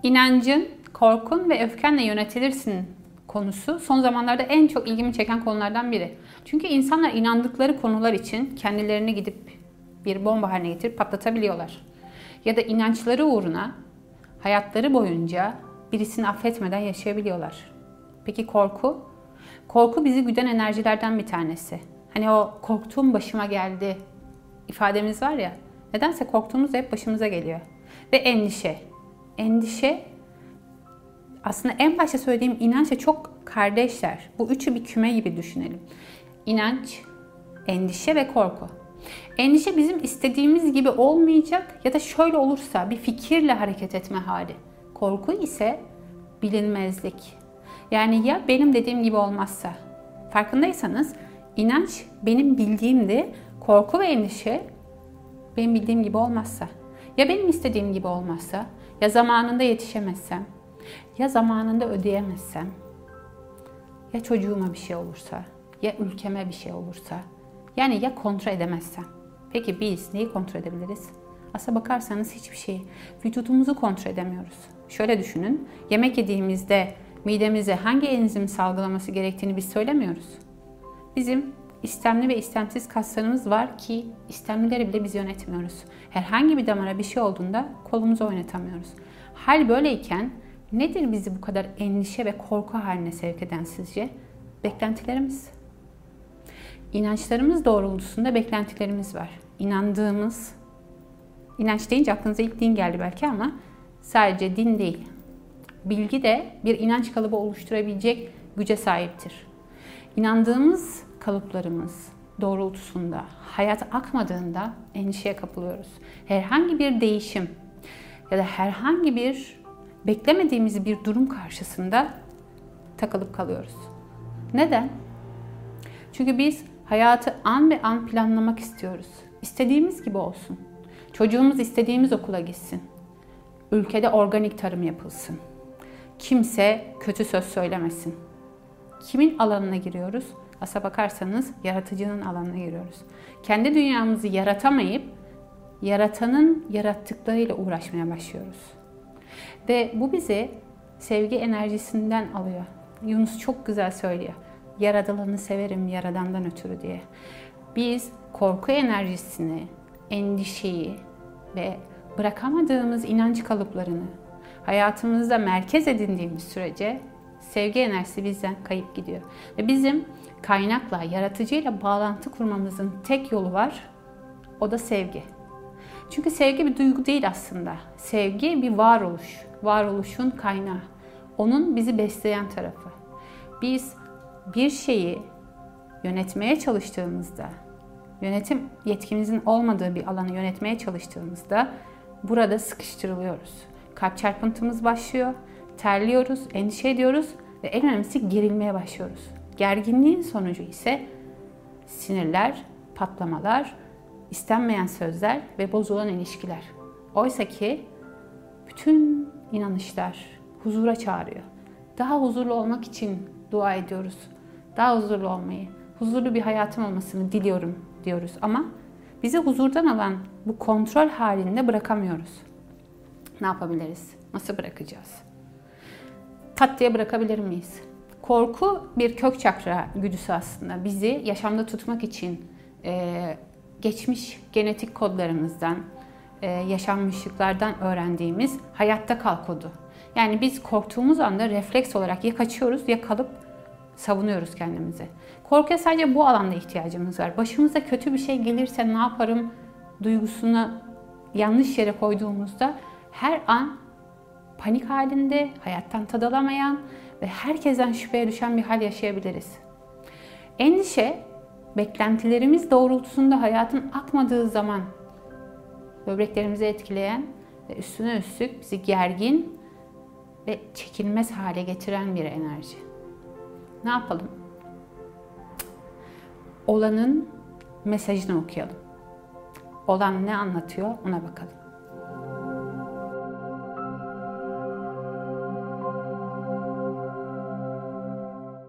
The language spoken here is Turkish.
İnancın, korkun ve öfkenle yönetilirsin konusu son zamanlarda en çok ilgimi çeken konulardan biri. Çünkü insanlar inandıkları konular için kendilerini gidip bir bomba haline getirip patlatabiliyorlar. Ya da inançları uğruna hayatları boyunca birisini affetmeden yaşayabiliyorlar. Peki korku? Korku bizi güden enerjilerden bir tanesi. Hani o korktuğum başıma geldi ifademiz var ya. Nedense korktuğumuz hep başımıza geliyor. Ve endişe. Endişe aslında en başta söylediğim inançla çok kardeşler. Bu üçü bir küme gibi düşünelim. İnanç, endişe ve korku. Endişe bizim istediğimiz gibi olmayacak ya da şöyle olursa bir fikirle hareket etme hali. Korku ise bilinmezlik. Yani ya benim dediğim gibi olmazsa. Farkındaysanız inanç benim bildiğimdi, korku ve endişe benim bildiğim gibi olmazsa. Ya benim istediğim gibi olmazsa, ya zamanında yetişemezsem, ya zamanında ödeyemezsem, ya çocuğuma bir şey olursa, ya ülkeme bir şey olursa, yani ya kontrol edemezsem. Peki biz neyi kontrol edebiliriz? Aslına bakarsanız hiçbir şeyi. Vücudumuzu kontrol edemiyoruz. Şöyle düşünün, yemek yediğimizde midemize hangi enzim salgılaması gerektiğini biz söylemiyoruz. Bizim istemli ve istemsiz kaslarımız var ki istemlileri bile biz yönetmiyoruz. Herhangi bir damara bir şey olduğunda kolumuzu oynatamıyoruz. Hal böyleyken nedir bizi bu kadar endişe ve korku haline sevk eden sizce? Beklentilerimiz. İnançlarımız doğrultusunda beklentilerimiz var. İnandığımız, inanç deyince aklınıza ilk din geldi belki ama sadece din değil. Bilgi de bir inanç kalıbı oluşturabilecek güce sahiptir. İnandığımız kalıplarımız doğrultusunda hayat akmadığında endişeye kapılıyoruz. Herhangi bir değişim ya da herhangi bir beklemediğimiz bir durum karşısında takılıp kalıyoruz. Neden? Çünkü biz hayatı an be an planlamak istiyoruz. İstediğimiz gibi olsun. Çocuğumuz istediğimiz okula gitsin. Ülkede organik tarım yapılsın. Kimse kötü söz söylemesin. Kimin alanına giriyoruz? Aslına bakarsanız yaratıcının alanına giriyoruz. Kendi dünyamızı yaratamayıp yaratanın yarattıklarıyla uğraşmaya başlıyoruz. Ve bu bizi sevgi enerjisinden alıyor. Yunus çok güzel söylüyor. Yaradılanı severim yaradandan ötürü diye. Biz korku enerjisini, endişeyi ve bırakamadığımız inanç kalıplarını hayatımızda merkez edindiğimiz sürece sevgi enerjisi bizden kayıp gidiyor. Ve bizim kaynakla, yaratıcıyla bağlantı kurmamızın tek yolu var. O da sevgi. Çünkü sevgi bir duygu değil aslında. Sevgi bir varoluş. Varoluşun kaynağı. Onun bizi besleyen tarafı. Biz bir şeyi yönetmeye çalıştığımızda, yönetim yetkimizin olmadığı bir alanı yönetmeye çalıştığımızda burada sıkıştırılıyoruz. Kalp çarpıntımız başlıyor, terliyoruz, endişe ediyoruz ve en önemlisi gerilmeye başlıyoruz. Gerginliğin sonucu ise sinirler, patlamalar, istenmeyen sözler ve bozulan ilişkiler. Oysa ki bütün inanışlar huzura çağırıyor. Daha huzurlu olmak için dua ediyoruz. Daha huzurlu olmayı, huzurlu bir hayatım olmasını diliyorum diyoruz. Ama bizi huzurdan alan bu kontrol halinde bırakamıyoruz. Ne yapabiliriz? Nasıl bırakacağız? Pat diye bırakabilir miyiz? Korku bir kök çakra güdüsü aslında. Bizi yaşamda tutmak için geçmiş genetik kodlarımızdan, yaşanmışlıklardan öğrendiğimiz hayatta kal kodu. Yani biz korktuğumuz anda refleks olarak ya kaçıyoruz ya kalıp savunuyoruz kendimizi. Korkuya sadece bu alanda ihtiyacımız var. Başımıza kötü bir şey gelirse ne yaparım duygusunu yanlış yere koyduğumuzda her an panik halinde, hayattan tad alamayan ve herkesten şüpheye düşen bir hal yaşayabiliriz. Endişe, beklentilerimiz doğrultusunda hayatın akmadığı zaman böbreklerimizi etkileyen ve üstüne üstlük bizi gergin ve çekilmez hale getiren bir enerji. Ne yapalım? Olanın mesajını okuyalım. Olan ne anlatıyor ona bakalım.